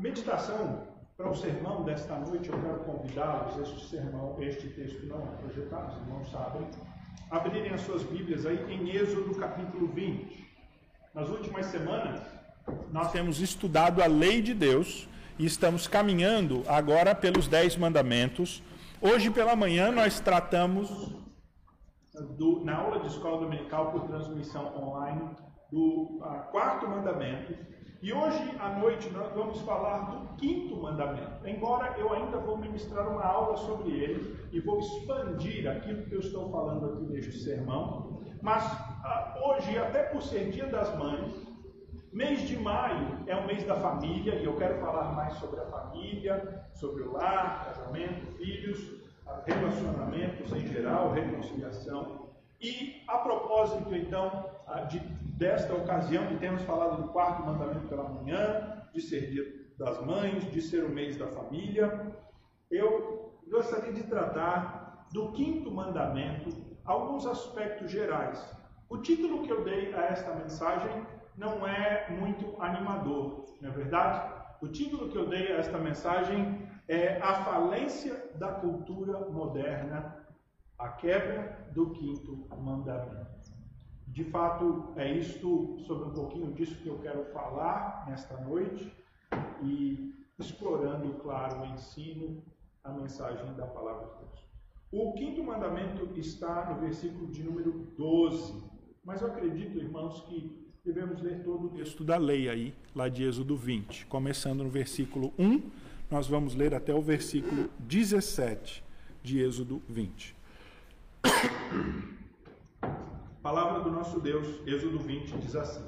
meditação para o sermão desta noite, eu quero convidá-los, este texto não é projetado, os irmãos sabem, abrirem as suas Bíblias aí em Êxodo capítulo 20. Nas últimas semanas, nós temos estudado a lei de Deus e estamos caminhando agora pelos 10 mandamentos. Hoje pela manhã nós tratamos, na aula de escola dominical por transmissão online, do quarto mandamento. E hoje à noite nós vamos falar do quinto mandamento, embora eu ainda vou ministrar uma aula sobre ele e vou expandir aquilo que eu estou falando aqui neste sermão. Mas hoje, até por ser Dia das Mães, mês de maio é o mês da família, e eu quero falar mais sobre a família, sobre o lar, casamento, filhos, relacionamentos em geral, reconciliação. E a propósito, então, desta ocasião, de termos falado do quarto mandamento pela manhã, de ser Dia das Mães, de ser o mês da família, eu gostaria de tratar do quinto mandamento, alguns aspectos gerais. O título que eu dei a esta mensagem não é muito animador, não é verdade? O título que eu dei a esta mensagem é A Falência da Cultura Moderna, a quebra do quinto mandamento. De fato, é isto, sobre um pouquinho disso que eu quero falar nesta noite e explorando, claro, o ensino, a mensagem da palavra de Deus. O quinto mandamento está no versículo de número 12, mas eu acredito, irmãos, que devemos ler todo o texto da lei aí, lá de Êxodo 20. Começando no versículo 1, nós vamos ler até o versículo 17 de Êxodo 20. Palavra do nosso Deus, Êxodo 20, diz assim: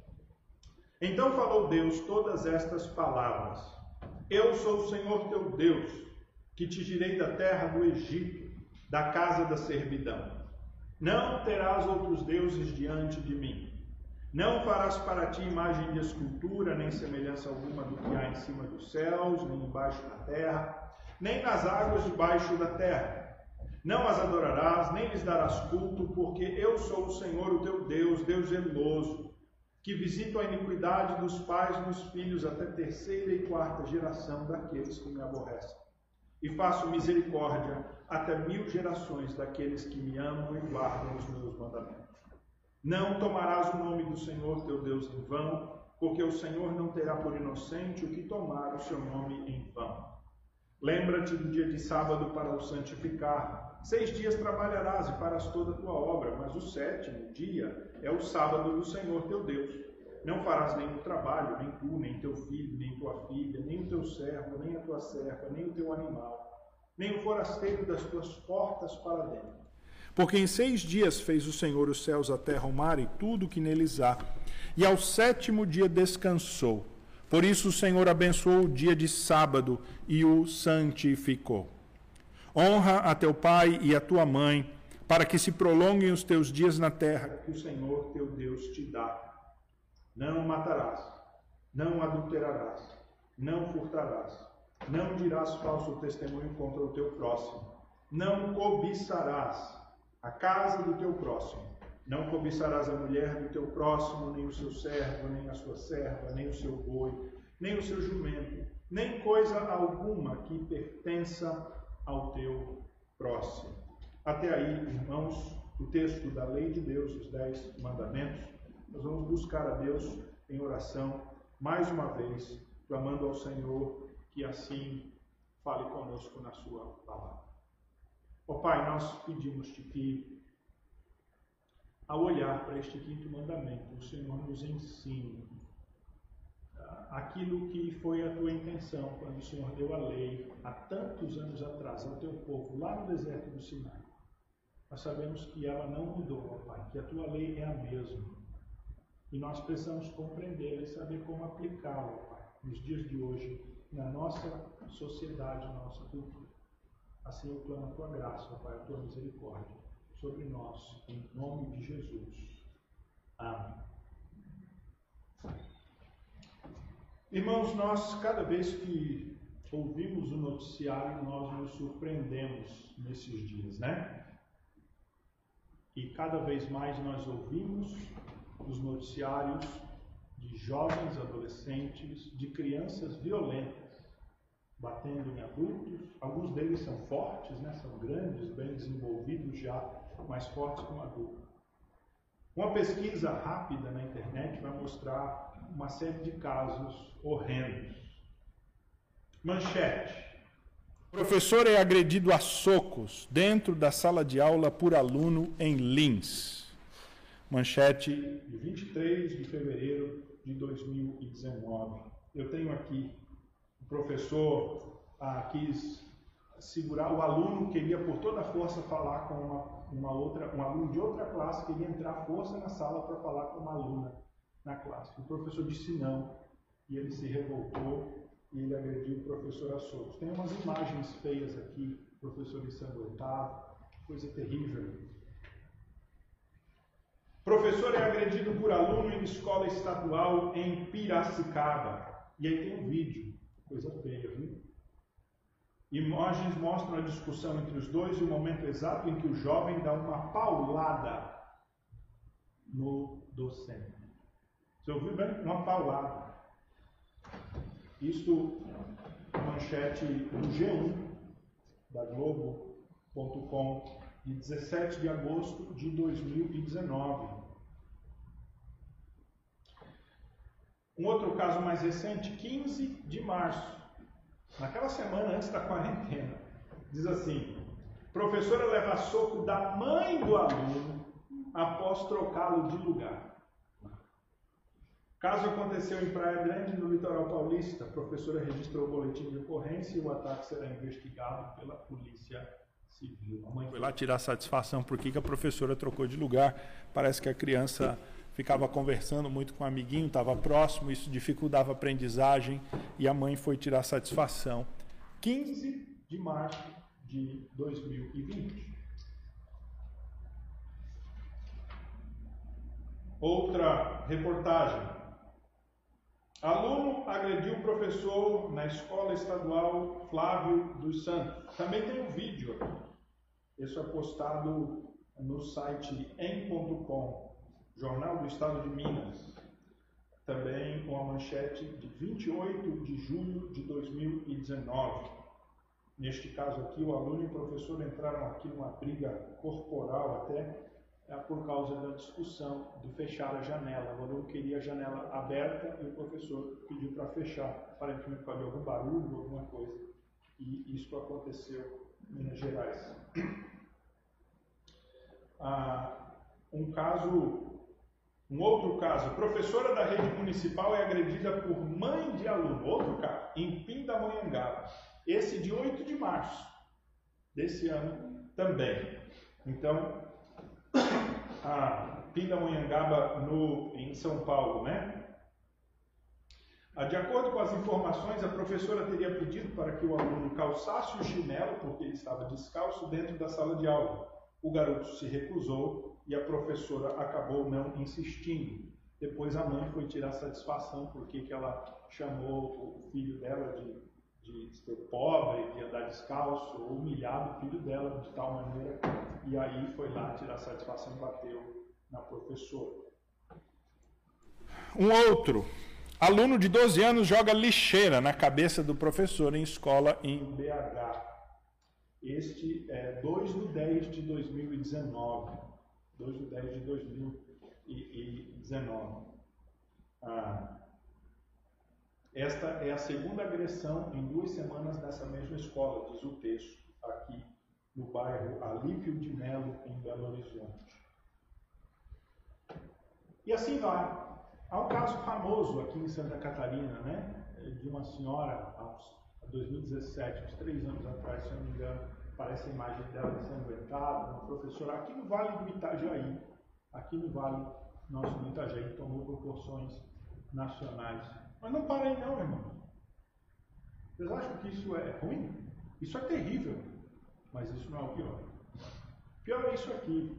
Então falou Deus todas estas palavras: Eu sou o Senhor teu Deus, que te tirei da terra do Egito, da casa da servidão. Não terás outros deuses diante de mim. Não farás para ti imagem de escultura, nem semelhança alguma do que há em cima dos céus, nem embaixo da terra, nem nas águas debaixo da terra. Não as adorarás, nem lhes darás culto, porque eu sou o Senhor, o teu Deus, Deus zeloso, que visito a iniquidade dos pais nos filhos até terceira e quarta geração daqueles que me aborrecem. E faço misericórdia até 1000 gerações daqueles que me amam e guardam os meus mandamentos. Não tomarás o nome do Senhor teu Deus em vão, porque o Senhor não terá por inocente o que tomar o seu nome em vão. Lembra-te do dia de sábado para o santificar. 6 dias trabalharás e farás toda a tua obra, mas o 7º dia é o sábado do Senhor teu Deus. Não farás nenhum trabalho, nem tu, nem teu filho, nem tua filha, nem o teu servo, nem a tua serva, nem o teu animal, nem o forasteiro das tuas portas para dentro. Porque em 6 dias fez o Senhor os céus, a terra, o mar e tudo o que neles há, e ao 7º dia descansou. Por isso o Senhor abençoou o dia de sábado e o santificou. Honra a teu pai e a tua mãe, para que se prolonguem os teus dias na terra que o Senhor teu Deus te dá. Não matarás, não adulterarás, não furtarás, não dirás falso testemunho contra o teu próximo, não cobiçarás a casa do teu próximo, não cobiçarás a mulher do teu próximo, nem o seu servo, nem a sua serva, nem o seu boi, nem o seu jumento, nem coisa alguma que pertença ao teu próximo. Até aí, irmãos, o texto da lei de Deus, os 10 mandamentos. Nós vamos buscar a Deus em oração, mais uma vez, clamando ao Senhor que assim fale conosco na sua palavra. Ó Pai, nós pedimos-te que, ao olhar para este quinto mandamento, o Senhor nos ensine aquilo que foi a tua intenção quando o Senhor deu a lei há tantos anos atrás ao teu povo, lá no deserto do Sinai. Nós sabemos que ela não mudou, ó Pai, que a tua lei é a mesma. E nós precisamos compreendê-la e saber como aplicá-la, ó Pai, nos dias de hoje, na nossa sociedade, na nossa cultura. Assim eu clamo a tua graça, ó Pai, a tua misericórdia sobre nós, em nome de Jesus. Amém. Irmãos, nós, cada vez que ouvimos o noticiário, nós nos surpreendemos nesses dias, né? E cada vez mais nós ouvimos os noticiários de jovens adolescentes, de crianças violentas, batendo em adultos. Alguns deles são fortes, né? São grandes, bem desenvolvidos já, mais fortes que um adulto. Uma pesquisa rápida na internet vai mostrar uma série de casos horrendos. Manchete: professor é agredido a socos dentro da sala de aula por aluno em Linz. Manchete de 23 de fevereiro de 2019. Eu tenho aqui, o professor quis segurar, o aluno queria por toda a força falar com um aluno de outra classe, queria entrar à força na sala para falar com uma aluna na classe. O professor disse não, e ele se revoltou e ele agrediu o professor a socos. Tem umas imagens feias aqui, professor ensanguentado, coisa terrível. Professor é agredido por aluno em escola estadual em Piracicaba. E aí tem um vídeo, coisa feia, viu? Imagens mostram a discussão entre os dois e o momento exato em que o jovem dá uma paulada no docente. Você ouviu bem? Uma paulada. Isto, manchete do G1, da Globo.com, de 17 de agosto de 2019. Um outro caso mais recente, 15 de março. Naquela semana antes da quarentena, diz assim: professora leva soco da mãe do aluno após trocá-lo de lugar. Caso aconteceu em Praia Grande, no litoral paulista. A professora registrou o boletim de ocorrência e o ataque será investigado pela Polícia Civil. A mãe foi lá tirar satisfação por que a professora trocou de lugar. Parece que a criança ficava conversando muito com o amiguinho, estava próximo, isso dificultava a aprendizagem e a mãe foi tirar satisfação. 15 de março de 2020. Outra reportagem. Aluno agrediu o professor na escola estadual Flávio dos Santos. Também tem um vídeo aqui. Isso é postado no site em.com. Jornal do Estado de Minas, também com a manchete de 28 de julho de 2019. Neste caso aqui, o aluno e o professor entraram aqui numa briga corporal até por causa da discussão de fechar a janela. O aluno queria a janela aberta e o professor pediu para fechar, aparentemente por causa de algum barulho, alguma coisa. E isso aconteceu em Minas Gerais. Um outro caso, professora da rede municipal é agredida por mãe de aluno. Outro caso, em Pindamonhangaba. Esse de 8 de março desse ano também. Então, a Pindamonhangaba em São Paulo, né? De acordo com as informações, a professora teria pedido para que o aluno calçasse o chinelo, porque ele estava descalço, dentro da sala de aula. O garoto se recusou e a professora acabou não insistindo. Depois a mãe foi tirar satisfação porque ela chamou o filho dela de ser pobre, de andar descalço, ou humilhado o filho dela de tal maneira, e aí foi lá tirar satisfação e bateu na professora. Um outro, aluno de 12 anos joga lixeira na cabeça do professor em escola em BH. Este é 2/10/2019. 2/10/2019. Esta é a segunda agressão em 2 semanas nessa mesma escola, diz o texto, aqui no bairro Alípio de Melo, em Belo Horizonte. E assim vai. Há um caso famoso aqui em Santa Catarina, né, de uma senhora, em 2017, uns 3 anos atrás, se eu não me engano, parece a imagem dela ensanguentada, uma professora, aqui no Vale do Itajaí, aqui no Vale nosso do Itajaí, tomou proporções nacionais. Mas não para aí não, irmão. Vocês acham que isso é ruim? Isso é terrível, mas isso não é o pior. O pior é isso aqui.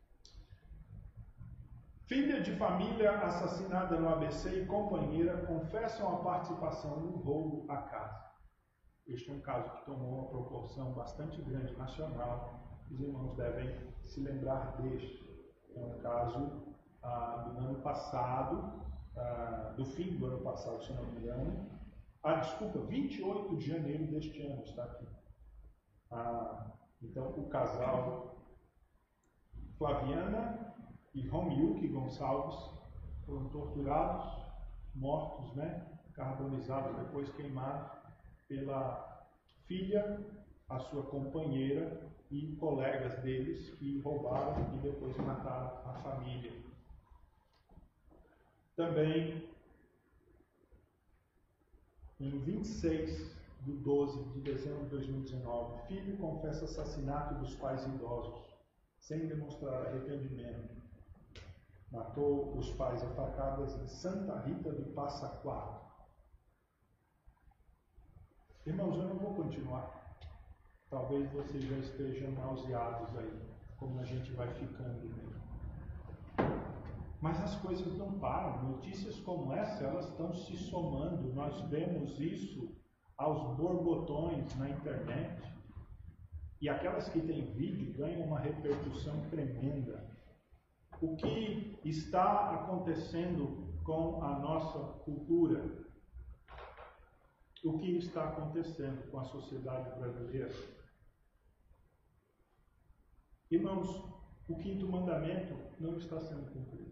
Filha de família assassinada no ABC e companheira confessam a participação no roubo à casa. Este é um caso que tomou uma proporção bastante grande nacional. Os irmãos devem se lembrar deste. É um caso do ano passado, do fim do ano passado, se não me engano. 28 de janeiro deste ano está aqui. Então, o casal Flaviana e Romiuque Gonçalves foram torturados, mortos, carbonizados, depois queimados pela filha, a sua companheira e colegas deles que roubaram e depois mataram a família. Também, em 26 de 12 de dezembro de 2019, filho confessa assassinato dos pais idosos, sem demonstrar arrependimento. Matou os pais a facadas em Santa Rita do Passa Quatro. Irmãos, eu não vou continuar. Talvez vocês já estejam nauseados aí, como a gente vai ficando mesmo. Mas as coisas não param. Notícias como essa, elas estão se somando. Nós vemos isso aos borbotões na internet. E aquelas que têm vídeo ganham uma repercussão tremenda. O que está acontecendo com a nossa cultura? O que está acontecendo com a sociedade brasileira? Irmãos, o quinto mandamento não está sendo cumprido.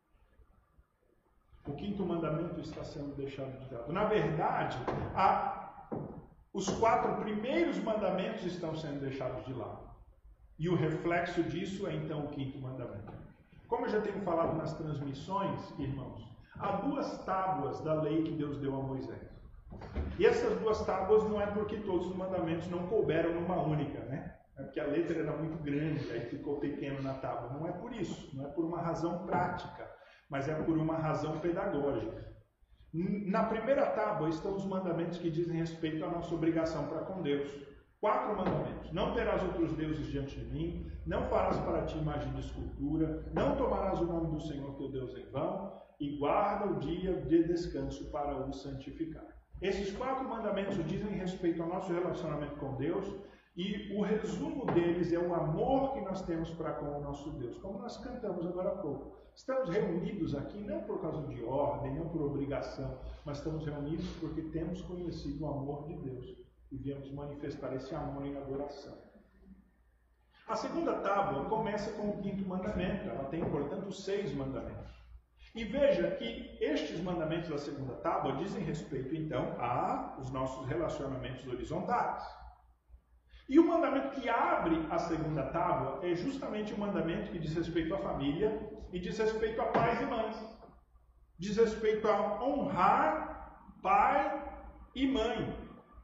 O quinto mandamento está sendo deixado de lado. Na verdade, os 4 primeiros mandamentos estão sendo deixados de lado. E o reflexo disso é então o quinto mandamento. Como eu já tenho falado nas transmissões, irmãos, há 2 tábuas da lei que Deus deu a Moisés. E essas 2 tábuas não é porque todos os mandamentos não couberam numa única, É porque a letra era muito grande, aí ficou pequeno na tábua. Não é por isso, não é por uma razão prática, mas é por uma razão pedagógica. Na primeira tábua estão os mandamentos que dizem respeito à nossa obrigação para com Deus. 4 mandamentos. Não terás outros deuses diante de mim, não farás para ti imagem de escultura, não tomarás o nome do Senhor teu Deus em vão, e guarda o dia de descanso para o santificar. Esses 4 mandamentos dizem respeito ao nosso relacionamento com Deus, e o resumo deles é o amor que nós temos para com o nosso Deus, como nós cantamos agora há pouco. Estamos reunidos aqui não por causa de ordem, não por obrigação, mas estamos reunidos porque temos conhecido o amor de Deus e viemos manifestar esse amor em adoração. A segunda tábua começa com o quinto mandamento, ela tem, portanto, 6 mandamentos. E veja que estes mandamentos da segunda tábua dizem respeito, então, aos nossos relacionamentos horizontais. E o mandamento que abre a segunda tábua é justamente o mandamento que diz respeito à família e diz respeito a pais e mães. Diz respeito a honrar pai e mãe.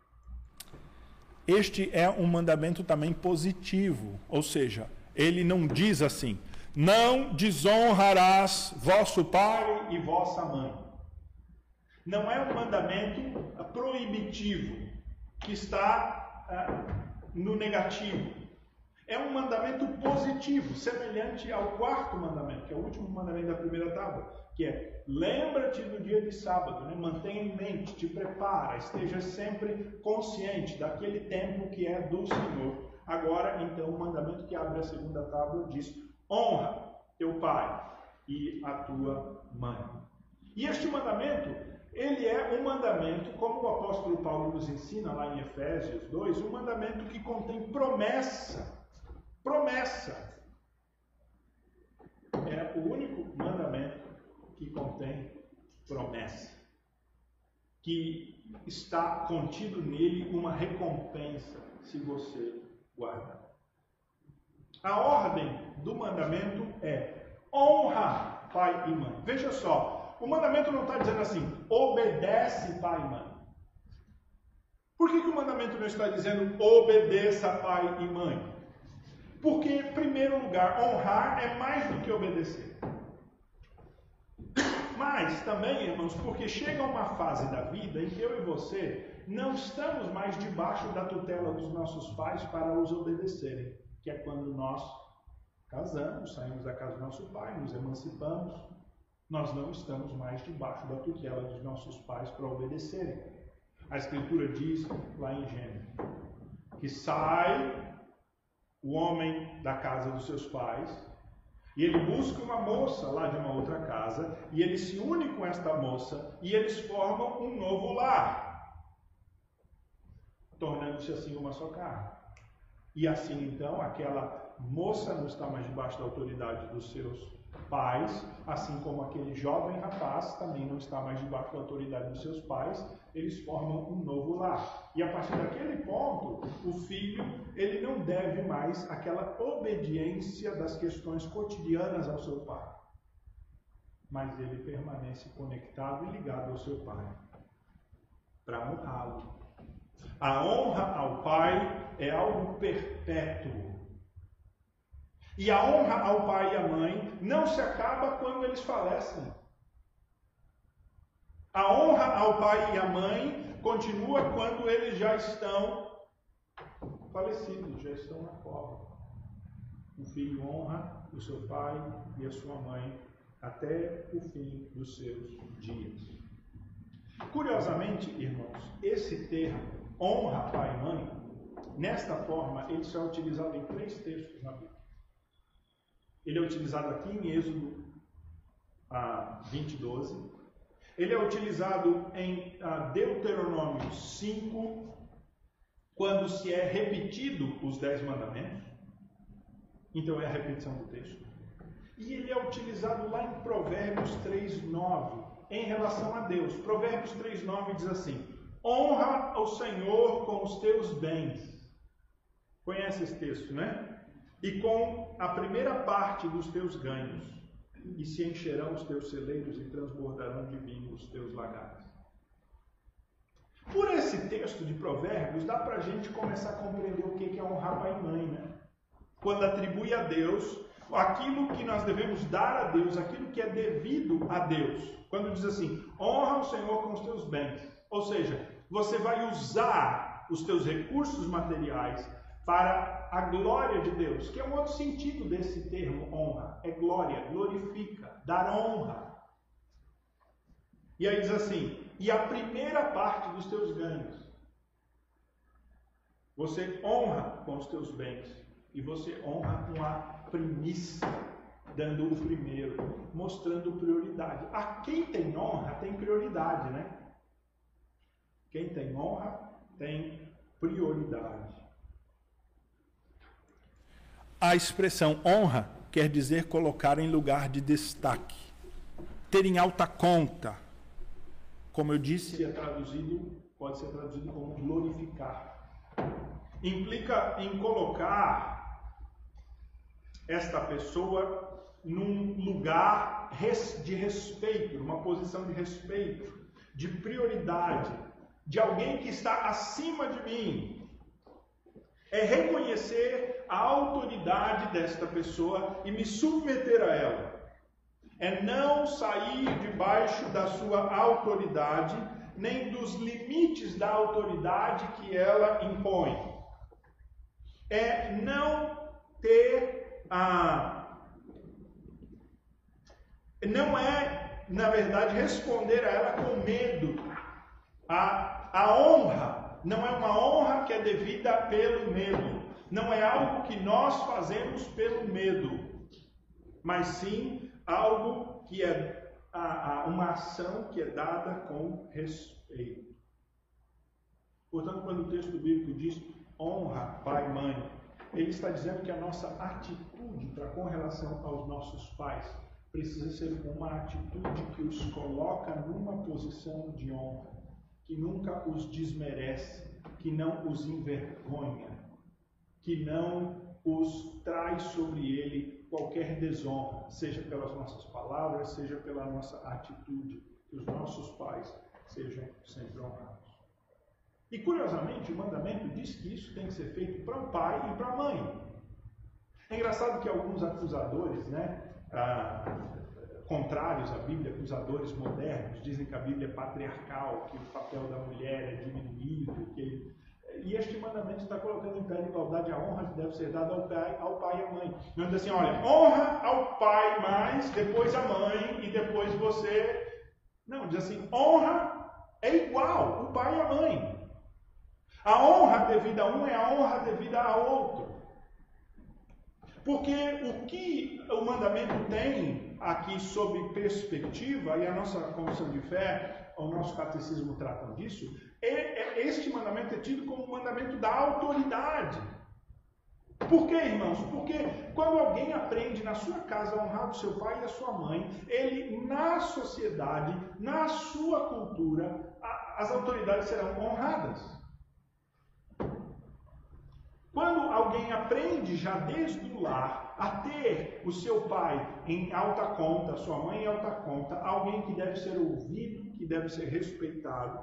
Este é um mandamento também positivo, ou seja, ele não diz assim: não desonrarás vosso pai e vossa mãe. Não é um mandamento proibitivo que está no negativo. É um mandamento positivo, semelhante ao 4º mandamento, que é o último mandamento da primeira tábua, que é: lembra-te do dia de sábado, mantenha em mente, te prepara, esteja sempre consciente daquele tempo que é do Senhor. Agora, então, o mandamento que abre a segunda tábua diz: honra teu pai e a tua mãe. E este mandamento, ele é um mandamento, como o apóstolo Paulo nos ensina lá em Efésios 2, um mandamento que contém promessa. Promessa. É o único mandamento que contém promessa. Que está contido nele uma recompensa, se você guardar. A ordem do mandamento é: honra pai e mãe. Veja só. O mandamento não está dizendo assim: obedece pai e mãe. Por que o mandamento não está dizendo obedeça pai e mãe? Porque, em primeiro lugar, honrar é mais do que obedecer. Mas também, irmãos, porque chega uma fase da vida em que eu e você não estamos mais debaixo da tutela dos nossos pais para os obedecerem, que é quando nós casamos, saímos da casa do nosso pai, nos emancipamos. Nós não estamos mais debaixo da tutela dos nossos pais para obedecerem. A Escritura diz lá em Gênesis que sai o homem da casa dos seus pais, E ele busca uma moça lá de uma outra casa, e ele se une com esta moça, e eles formam um novo lar, tornando-se assim uma só carne. E assim então, aquela moça não está mais debaixo da autoridade dos seus pais, assim como aquele jovem rapaz também não está mais debaixo da autoridade dos seus pais, eles formam um novo lar. E a partir daquele ponto, o filho, ele não deve mais aquela obediência das questões cotidianas ao seu pai, mas ele permanece conectado e ligado ao seu pai, para honrá-lo. A honra ao pai é algo perpétuo. E a honra ao pai e à mãe não se acaba quando eles falecem. A honra ao pai e à mãe continua quando eles já estão falecidos, já estão na cova. O filho honra o seu pai e a sua mãe até o fim dos seus dias. Curiosamente, irmãos, esse termo, honra pai e mãe, nesta forma, ele só é utilizado em 3 textos na Bíblia. Ele é utilizado aqui em Êxodo 20:12. Ele é utilizado em Deuteronômio 5, quando se é repetido os 10 mandamentos. Então é a repetição do texto. E ele é utilizado lá em Provérbios 3:9, em relação a Deus. Provérbios 3:9 diz assim: honra ao Senhor com os teus bens. Conhece esse texto, né? E com a primeira parte dos teus ganhos, e se encherão os teus celeiros e transbordarão de vinho os teus lagares. Por esse texto de Provérbios, dá para a gente começar a compreender o que é honrar pai e mãe, né? Quando atribui a Deus aquilo que nós devemos dar a Deus, aquilo que é devido a Deus. Quando diz assim, honra o Senhor com os teus bens. Ou seja, você vai usar os teus recursos materiais para a glória de Deus, que é um outro sentido desse termo honra, é glória, glorifica, dar honra. E aí diz assim, e a primeira parte dos teus ganhos, você honra com os teus bens, e você honra com a primícia, dando o primeiro, mostrando prioridade. A quem tem honra tem prioridade, né? Quem tem honra tem prioridade. A expressão honra quer dizer colocar em lugar de destaque, ter em alta conta. Como eu disse, pode ser traduzido como glorificar. Implica em colocar esta pessoa num lugar de respeito, numa posição de respeito, de prioridade, de alguém que está acima de mim. É reconhecer a autoridade desta pessoa e me submeter a ela. É não sair debaixo da sua autoridade, nem dos limites da autoridade que ela impõe. É não ter não é, na verdade, responder a ela com medo. A honra não é uma honra que é devida pelo medo. Não é algo que nós fazemos pelo medo, mas sim algo que é uma ação que é dada com respeito. Portanto, quando o texto bíblico diz honra pai e mãe, ele está dizendo que a nossa atitude com relação aos nossos pais precisa ser uma atitude que os coloca numa posição de honra, que nunca os desmerece, que não os envergonha, que não os traz sobre ele qualquer desonra, seja pelas nossas palavras, seja pela nossa atitude, que os nossos pais sejam sempre honrados. E curiosamente, o mandamento diz que isso tem que ser feito para o pai e para a mãe. É engraçado que alguns acusadores, contrários à Bíblia, acusadores modernos, dizem que a Bíblia é patriarcal, que o papel da mulher é diminuído, e este mandamento está colocando em pé de igualdade a honra que deve ser dada ao pai e à mãe. Não diz assim, olha, honra ao pai mais, depois a mãe e depois você. Não, diz assim, honra é igual, o pai e a mãe. A honra devida a um é a honra devida a outro. Porque o que o mandamento tem aqui sob perspectiva, e a nossa confissão de fé, o nosso catecismo tratam disso, este mandamento é tido como o mandamento da autoridade. Por quê, irmãos? Porque quando alguém aprende na sua casa a honrar o seu pai e a sua mãe, ele, na sociedade, na sua cultura, as autoridades serão honradas. Quando alguém aprende já desde o lar a ter o seu pai em alta conta, a sua mãe em alta conta, alguém que deve ser ouvido, que deve ser respeitado,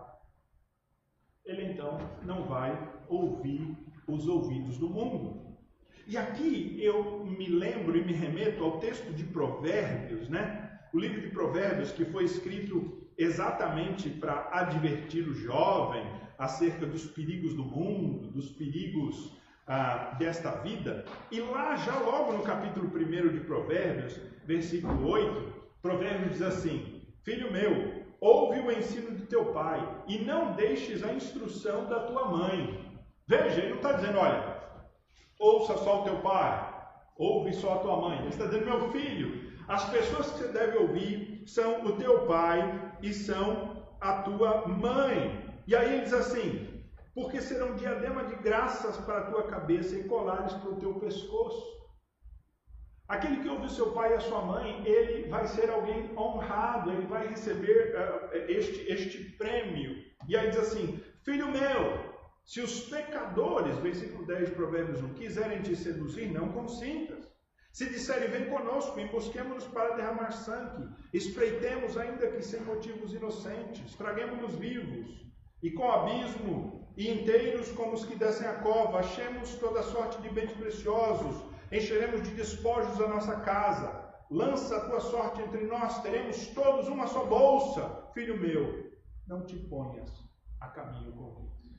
ele então não vai ouvir os ouvidos do mundo. E aqui eu me lembro e me remeto ao texto de Provérbios, né? O livro de Provérbios que foi escrito exatamente para advertir o jovem acerca dos perigos do mundo, dos perigos desta vida. E lá, já logo no capítulo 1 de Provérbios, versículo 8, Provérbios diz assim: Filho meu, ouve o ensino de teu pai e não deixes a instrução da tua mãe. Veja, ele não está dizendo, olha, ouça só o teu pai, ouve só a tua mãe. Ele está dizendo, meu filho, as pessoas que você deve ouvir são o teu pai e são a tua mãe. E aí ele diz assim, porque serão diadema de graças para a tua cabeça e colares para o teu pescoço. Aquele que ouve o seu pai e a sua mãe, ele vai ser alguém honrado, ele vai receber este prêmio. E aí diz assim, filho meu, se os pecadores, versículo 10 de Provérbios 1, quiserem te seduzir, não consintas. Se disserem, vem conosco, embosquemo-nos para derramar sangue, espreitemos ainda que sem motivos inocentes, traguemo-nos vivos, e com abismo, e inteiros como os que descem a cova, achemos toda sorte de bens preciosos, encheremos de despojos a nossa casa, lança a tua sorte entre nós, teremos todos uma só bolsa. Filho meu, não te ponhas a caminho com eles.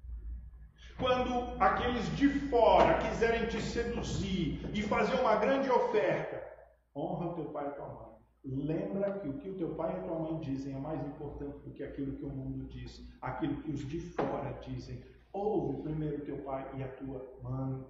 Quando aqueles de fora quiserem te seduzir e fazer uma grande oferta, honra o teu pai e a tua mãe. Lembra que o que o teu pai e a tua mãe dizem é mais importante do que aquilo que o mundo diz, aquilo que os de fora dizem. Ouve primeiro o teu pai e a tua mãe.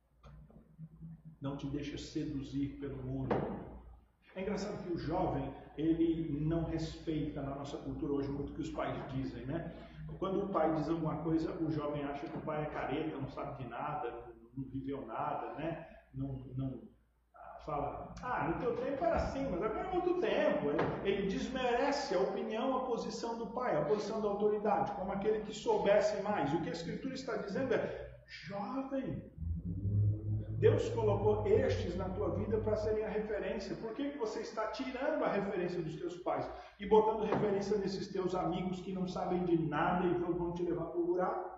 Não te deixa seduzir pelo mundo. É engraçado que o jovem, ele não respeita na nossa cultura hoje muito o que os pais dizem, né? Quando o pai diz alguma coisa, o jovem acha que o pai é careta, não sabe de nada, não viveu nada, né? Não fala, no teu tempo era assim, mas agora é outro tempo. Ele desmerece a opinião, a posição do pai, a posição da autoridade, como aquele que soubesse mais. O que a Escritura está dizendo é, jovem, Deus colocou estes na tua vida para serem a referência. Por que você está tirando a referência dos teus pais e botando referência nesses teus amigos que não sabem de nada e vão te levar para o buraco?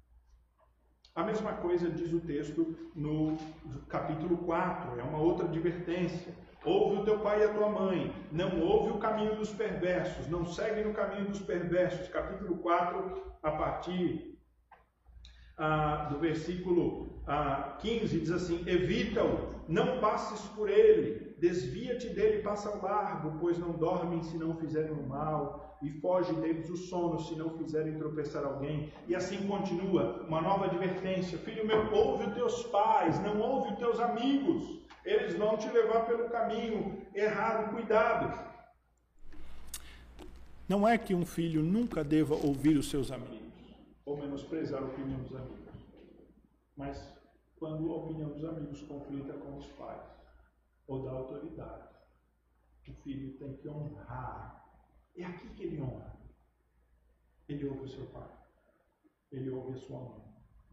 A mesma coisa diz o texto no capítulo 4, é uma outra advertência. Ouve o teu pai e a tua mãe, não ouve o caminho dos perversos, não segue no caminho dos perversos. Capítulo 4, a partir do versículo 15, diz assim, evita-o, não passes por ele, desvia-te dele e passa ao largo, pois não dormem se não fizerem o mal, e foge deles o sono se não fizerem tropeçar alguém. E assim continua, uma nova advertência, filho meu, ouve os teus pais, não ouve os teus amigos, eles vão te levar pelo caminho errado, cuidado. Não é que um filho nunca deva ouvir os seus amigos, ou menosprezar a opinião dos amigos. Mas quando a opinião dos amigos conflita com os pais, ou da autoridade, o filho tem que honrar. É aqui que ele honra. Ele ouve o seu pai. Ele ouve a sua mãe.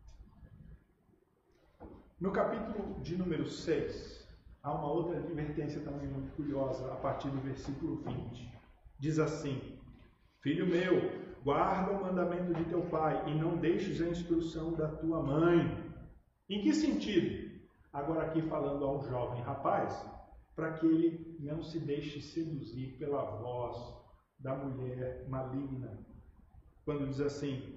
No capítulo de número 6, há uma outra advertência também muito curiosa, a partir do versículo 20. Diz assim, filho meu, guarda o mandamento de teu pai e não deixes a instrução da tua mãe. Em que sentido? Agora aqui falando ao jovem rapaz, para que ele não se deixe seduzir pela voz da mulher maligna. Quando diz assim,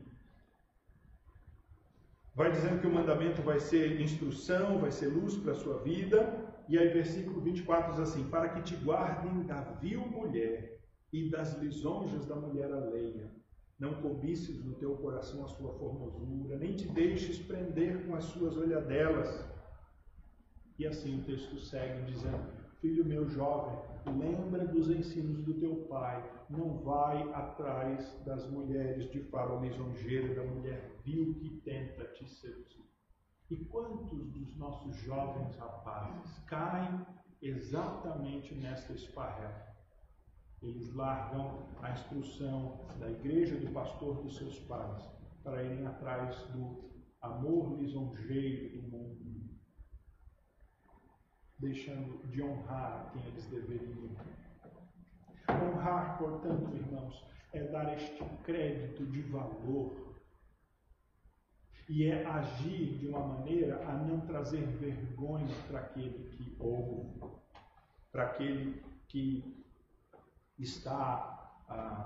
vai dizendo que o mandamento vai ser instrução, vai ser luz para a sua vida, e aí versículo 24 diz assim, para que te guardem da vil mulher e das lisonjas da mulher alheia. Não cobices no teu coração a sua formosura, nem te deixes prender com as suas olhadelas. E assim o texto segue dizendo: filho meu jovem, lembra dos ensinos do teu pai, não vai atrás das mulheres de fala lisonjeira, da mulher vil que tenta te seduzir. E quantos dos nossos jovens rapazes caem exatamente nesta esparrela? Eles largam a instrução da igreja, do pastor, dos seus pais, para irem atrás do amor lisonjeiro do mundo, deixando de honrar quem eles deveriam. Honrar, portanto, irmãos, é dar este crédito de valor e é agir de uma maneira a não trazer vergonha para aquele que ouve, para aquele que está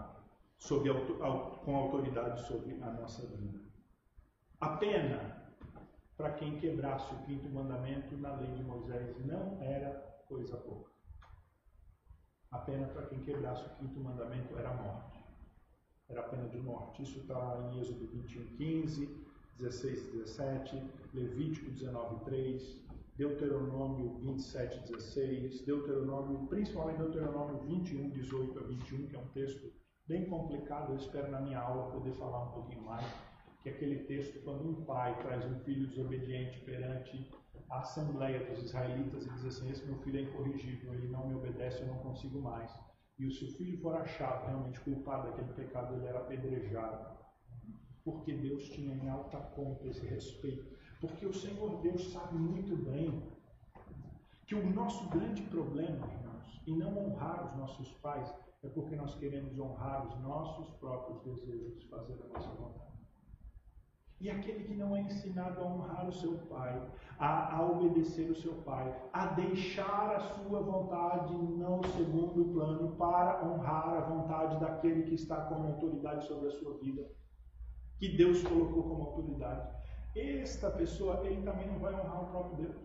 com autoridade sobre a nossa vida. A pena para quem quebrasse o 5º mandamento na lei de Moisés não era coisa pouca. A pena para quem quebrasse o 5º mandamento era a morte. Era a pena de morte. Isso está em Êxodo 21:15, 16:17, Levítico 19:3, Deuteronômio 27:16, principalmente Deuteronômio 21:18-21, que é um texto bem complicado. Eu espero na minha aula poder falar um pouquinho mais, que é aquele texto quando um pai traz um filho desobediente perante a assembleia dos israelitas e diz assim: esse meu filho é incorrigível, ele não me obedece, eu não consigo mais. E se o filho for achado realmente culpado daquele pecado, ele era apedrejado. Porque Deus tinha em alta conta esse respeito. Porque o Senhor Deus sabe muito bem que o nosso grande problema, irmãos, em não honrar os nossos pais, é porque nós queremos honrar os nossos próprios desejos, fazer a nossa vontade. E aquele que não é ensinado a honrar o seu pai, a obedecer o seu pai, a deixar a sua vontade no segundo plano para honrar a vontade daquele que está com autoridade sobre a sua vida, que Deus colocou como autoridade, esta pessoa, ele também não vai honrar o próprio Deus.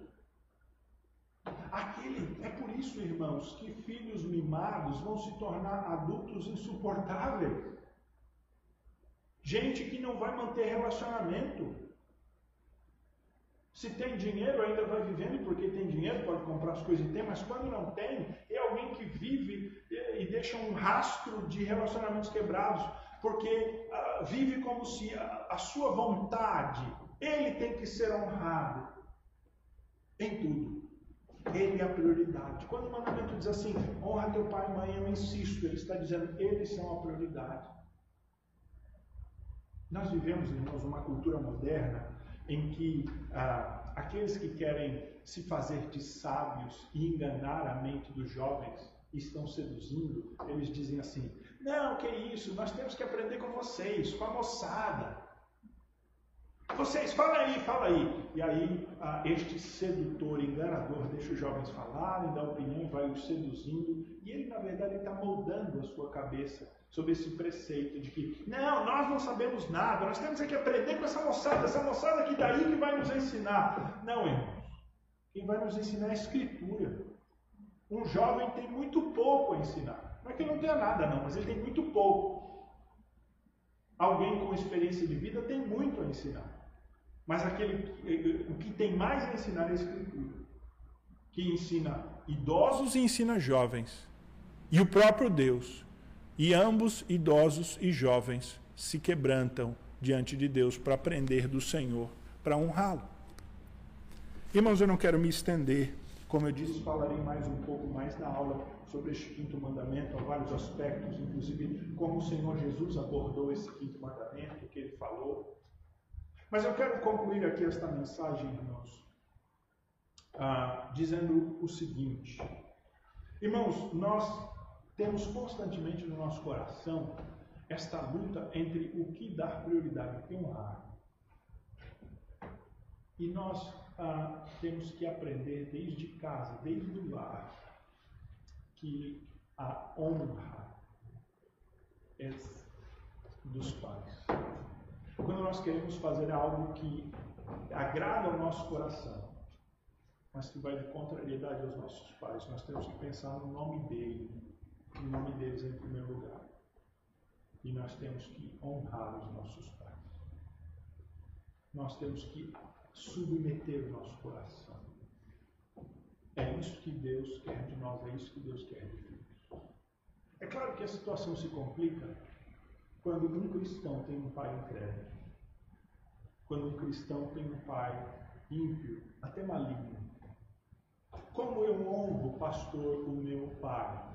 É por isso, irmãos, que filhos mimados vão se tornar adultos insuportáveis. Gente que não vai manter relacionamento. Se tem dinheiro, ainda vai vivendo porque tem dinheiro, pode comprar as coisas e tem, mas quando não tem, é alguém que vive e deixa um rastro de relacionamentos quebrados, porque vive como se a sua vontade, ele tem que ser honrado em tudo. Ele é a prioridade. Quando o mandamento diz assim, honra teu pai e mãe, eu insisto, ele está dizendo, eles são a prioridade. Nós vivemos, irmãos, uma cultura moderna em que aqueles que querem se fazer de sábios e enganar a mente dos jovens estão seduzindo, eles dizem assim, não, que isso, nós temos que aprender com vocês, com a moçada. Vocês, fala aí. E aí, este sedutor, enganador, deixa os jovens falarem, dá opinião, vai os seduzindo, e ele, na verdade, está moldando a sua cabeça sobre esse preceito de que, não, nós não sabemos nada, nós temos que aprender com essa moçada que daí que vai nos ensinar. Não, irmãos, quem vai nos ensinar é a Escritura. Um jovem tem muito pouco a ensinar. Não é que ele não tenha nada, não, mas ele tem muito pouco. Alguém com experiência de vida tem muito a ensinar. Mas o que tem mais a ensinar é a Escritura, que ensina idosos e ensina jovens. E o próprio Deus. E ambos, idosos e jovens, se quebrantam diante de Deus para aprender do Senhor, para honrá-lo. Irmãos, eu não quero me estender. Como eu disse, falarei um pouco mais na aula sobre este 5º mandamento, há vários aspectos, inclusive como o Senhor Jesus abordou esse 5º mandamento, o que ele falou. Mas eu quero concluir aqui esta mensagem, irmãos, dizendo o seguinte. Irmãos, nós temos constantemente no nosso coração esta luta entre o que dar prioridade, o que honrar. E nós temos que aprender desde casa, desde o lar, que a honra é dos pais. Quando nós queremos fazer algo que agrada ao nosso coração, mas que vai de contrariedade aos nossos pais, nós temos que pensar no nome deles em primeiro lugar. E nós temos que honrar os nossos pais. Nós temos que submeter o nosso coração. é isso que Deus quer de nós, é isso que Deus quer de filhos. É claro que a situação se complica quando um cristão tem um pai incrédulo, quando um cristão tem um pai ímpio, até maligno. Como eu honro, pastor, o meu pai?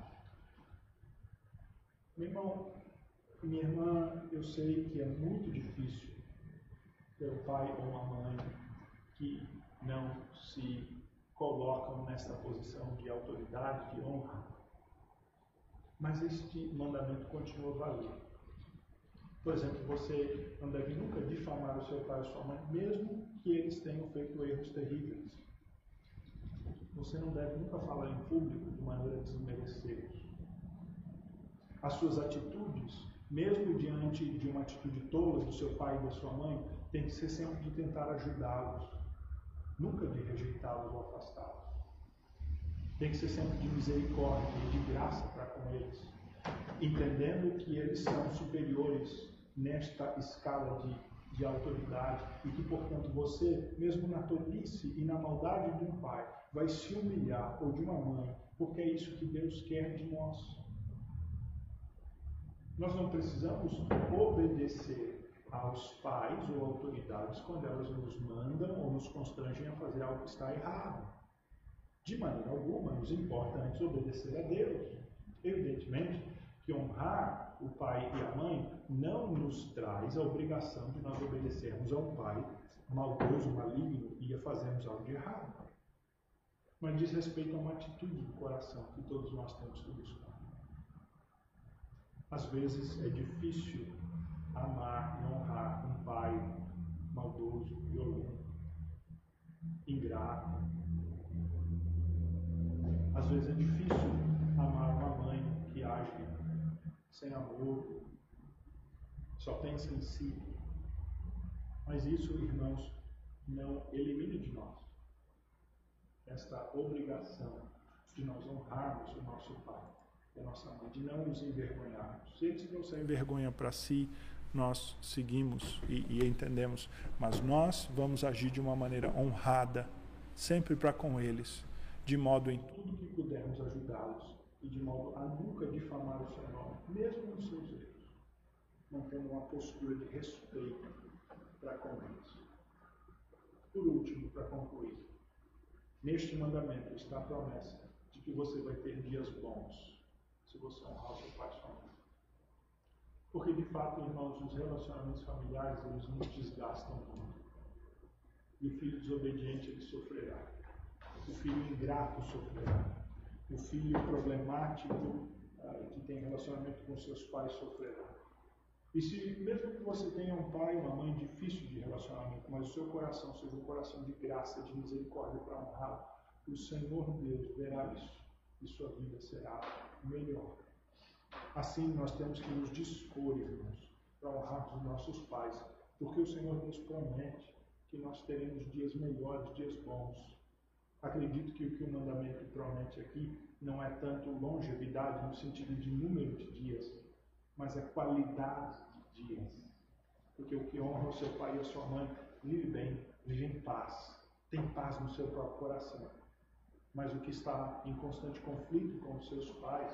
Meu irmão, minha irmã, eu sei que é muito difícil ter um pai ou uma mãe que não se colocam nessa posição de autoridade, de honra. Mas este mandamento continua valendo. Por exemplo, você não deve nunca difamar o seu pai ou sua mãe, mesmo que eles tenham feito erros terríveis. Você não deve nunca falar em público de maneira a desmerecê-los. As suas atitudes, mesmo diante de uma atitude tola do seu pai e da sua mãe, tem que ser sempre de tentar ajudá-los, nunca de rejeitá-los ou afastá-los. Tem que ser sempre de misericórdia e de graça para com eles, entendendo que eles são superiores nesta escala de autoridade e que, portanto, você, mesmo na tolice e na maldade de um pai, vai se humilhar, ou de uma mãe, porque é isso que Deus quer de nós. Nós não precisamos obedecer aos pais ou autoridades quando elas nos mandam ou nos constrangem a fazer algo que está errado. De maneira alguma, nos importa antes obedecer a Deus. Evidentemente que honrar o pai e a mãe não nos traz a obrigação de nós obedecermos a um pai maldoso, maligno e a fazermos algo de errado. Mas diz respeito a uma atitude do coração que todos nós temos que buscar. Às vezes é difícil amar e honrar um pai maldoso, violento, ingrato. Às vezes é difícil amar uma mãe que age sem amor, só pensa em si. Mas isso, irmãos, não elimina de nós esta obrigação de nós honrarmos o nosso pai e a nossa mãe, de não nos envergonharmos. Se eles trouxerem vergonha para si, nós seguimos e entendemos, mas nós vamos agir de uma maneira honrada, sempre para com eles, de modo em tudo que pudermos ajudá-los e de modo a nunca difamar o seu nome, mesmo nos seus erros, mantendo uma postura de respeito para com eles. Por último, para concluir, neste mandamento está a promessa de que você vai ter dias bons se você honrar o seu pai e sua mãe. Porque, de fato, irmãos, os relacionamentos familiares, eles nos desgastam muito. E o filho desobediente, ele sofrerá. O filho ingrato sofrerá. O filho problemático, que tem relacionamento com seus pais, sofrerá. E se, mesmo que você tenha um pai e uma mãe difícil de relacionamento, mas o seu coração seja um coração de graça, de misericórdia para honrá-lo, o Senhor Deus verá isso e sua vida será melhor. Assim, nós temos que nos dispor, irmãos, para honrar os nossos pais, porque o Senhor nos promete que nós teremos dias melhores, dias bons. Acredito que o que o mandamento promete aqui não é tanto longevidade no sentido de número de dias, mas a qualidade de dias. Porque o que honra o seu pai e a sua mãe vive bem, vive em paz, tem paz no seu próprio coração. Mas o que está em constante conflito com os seus pais,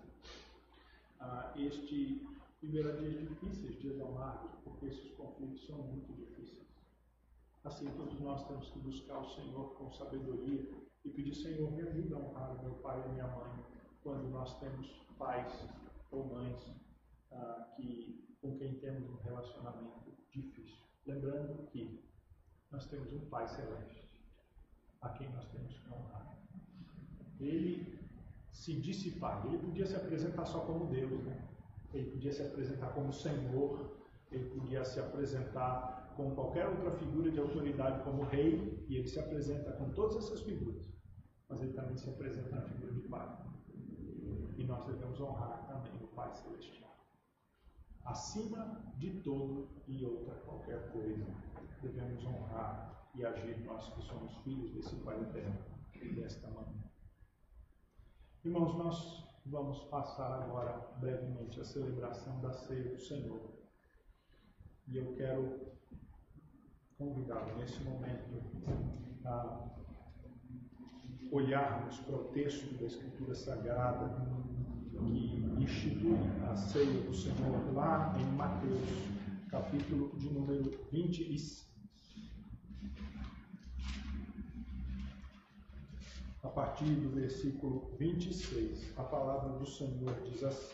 viverá dias difíceis, dias amargos, porque esses conflitos são muito difíceis. Assim, todos nós temos que buscar o Senhor com sabedoria e pedir: Senhor, me ajuda a honrar o meu pai e a minha mãe, quando nós temos pais ou mães com quem temos um relacionamento difícil. Lembrando que nós temos um Pai Celeste, a quem nós temos que honrar. Ele se disse Pai, ele podia se apresentar só como Deus, né? Ele podia se apresentar como Senhor, ele podia se apresentar com qualquer outra figura de autoridade como Rei, e ele se apresenta com todas essas figuras, mas ele também se apresenta na figura de Pai. E nós devemos honrar também o Pai Celestial. Acima de todo e outra qualquer coisa, devemos honrar e agir nós que somos filhos desse Pai eterno desta maneira. Irmãos, nós vamos passar agora brevemente a celebração da ceia do Senhor. E eu quero convidá-lo nesse momento a olharmos para o texto da Escritura Sagrada que institui a ceia do Senhor lá em Mateus, capítulo de número 26. A partir do versículo 26, a palavra do Senhor diz assim: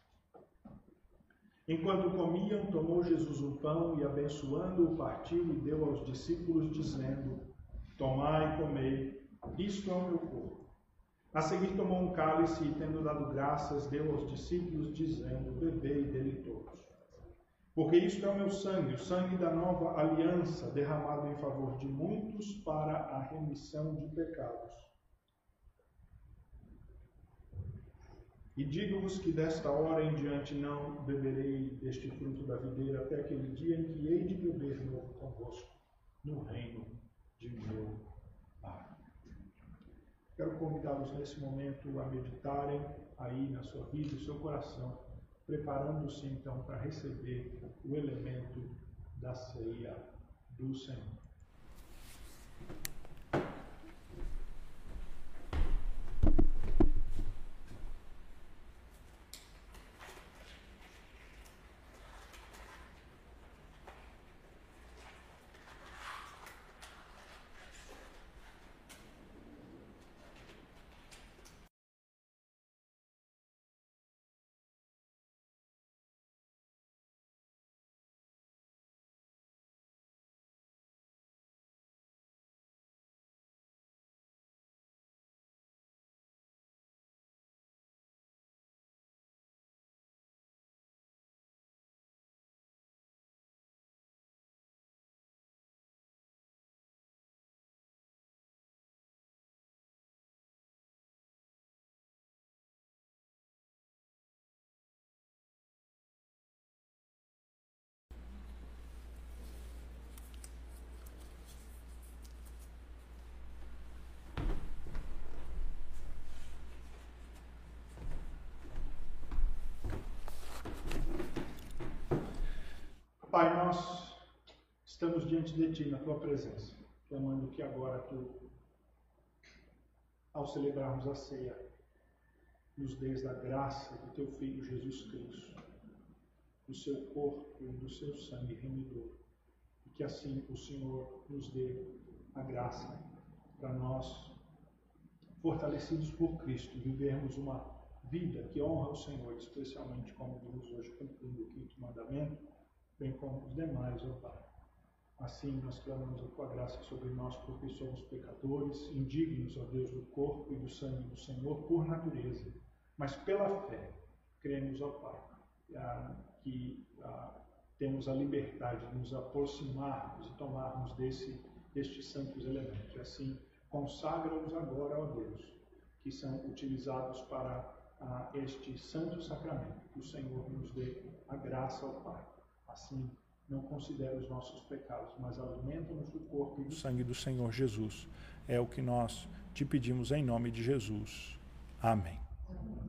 Enquanto comiam, tomou Jesus um pão e, abençoando-o, partiu e deu aos discípulos, dizendo: Tomai e comei, isto é o meu corpo. A seguir tomou um cálice e, tendo dado graças, deu aos discípulos, dizendo: Bebei dele todos. Porque isto é o meu sangue, o sangue da nova aliança, derramado em favor de muitos para a remissão de pecados. E digo-vos que desta hora em diante não beberei deste fruto da videira até aquele dia em que hei de beber novo convosco no reino de meu Pai. Quero convidá-los nesse momento a meditarem aí na sua vida, no seu coração, preparando-se então para receber o elemento da ceia do Senhor. Pai, nós estamos diante de Ti, na Tua presença, clamando que agora Tu, ao celebrarmos a ceia, nos dês da graça do Teu Filho Jesus Cristo, do Seu corpo e do Seu sangue remidor, e que assim o Senhor nos dê a graça para nós, fortalecidos por Cristo, vivermos uma vida que honra o Senhor, especialmente como vimos hoje, cumprindo o quinto mandamento, bem como os demais, ó Pai. Assim nós clamamos a Tua graça sobre nós, porque somos pecadores, indignos, ó Deus, do corpo e do sangue do Senhor por natureza, mas pela fé cremos, ó Pai, que temos a liberdade de nos aproximarmos e tomarmos destes santos elementos. E assim, consagra-os agora, ó Deus, que são utilizados para este santo sacramento. Que o Senhor nos dê a graça, ó Pai. Assim, não considera os nossos pecados, mas alimenta-nos do corpo e do sangue do Senhor Jesus. É o que nós te pedimos em nome de Jesus. Amém.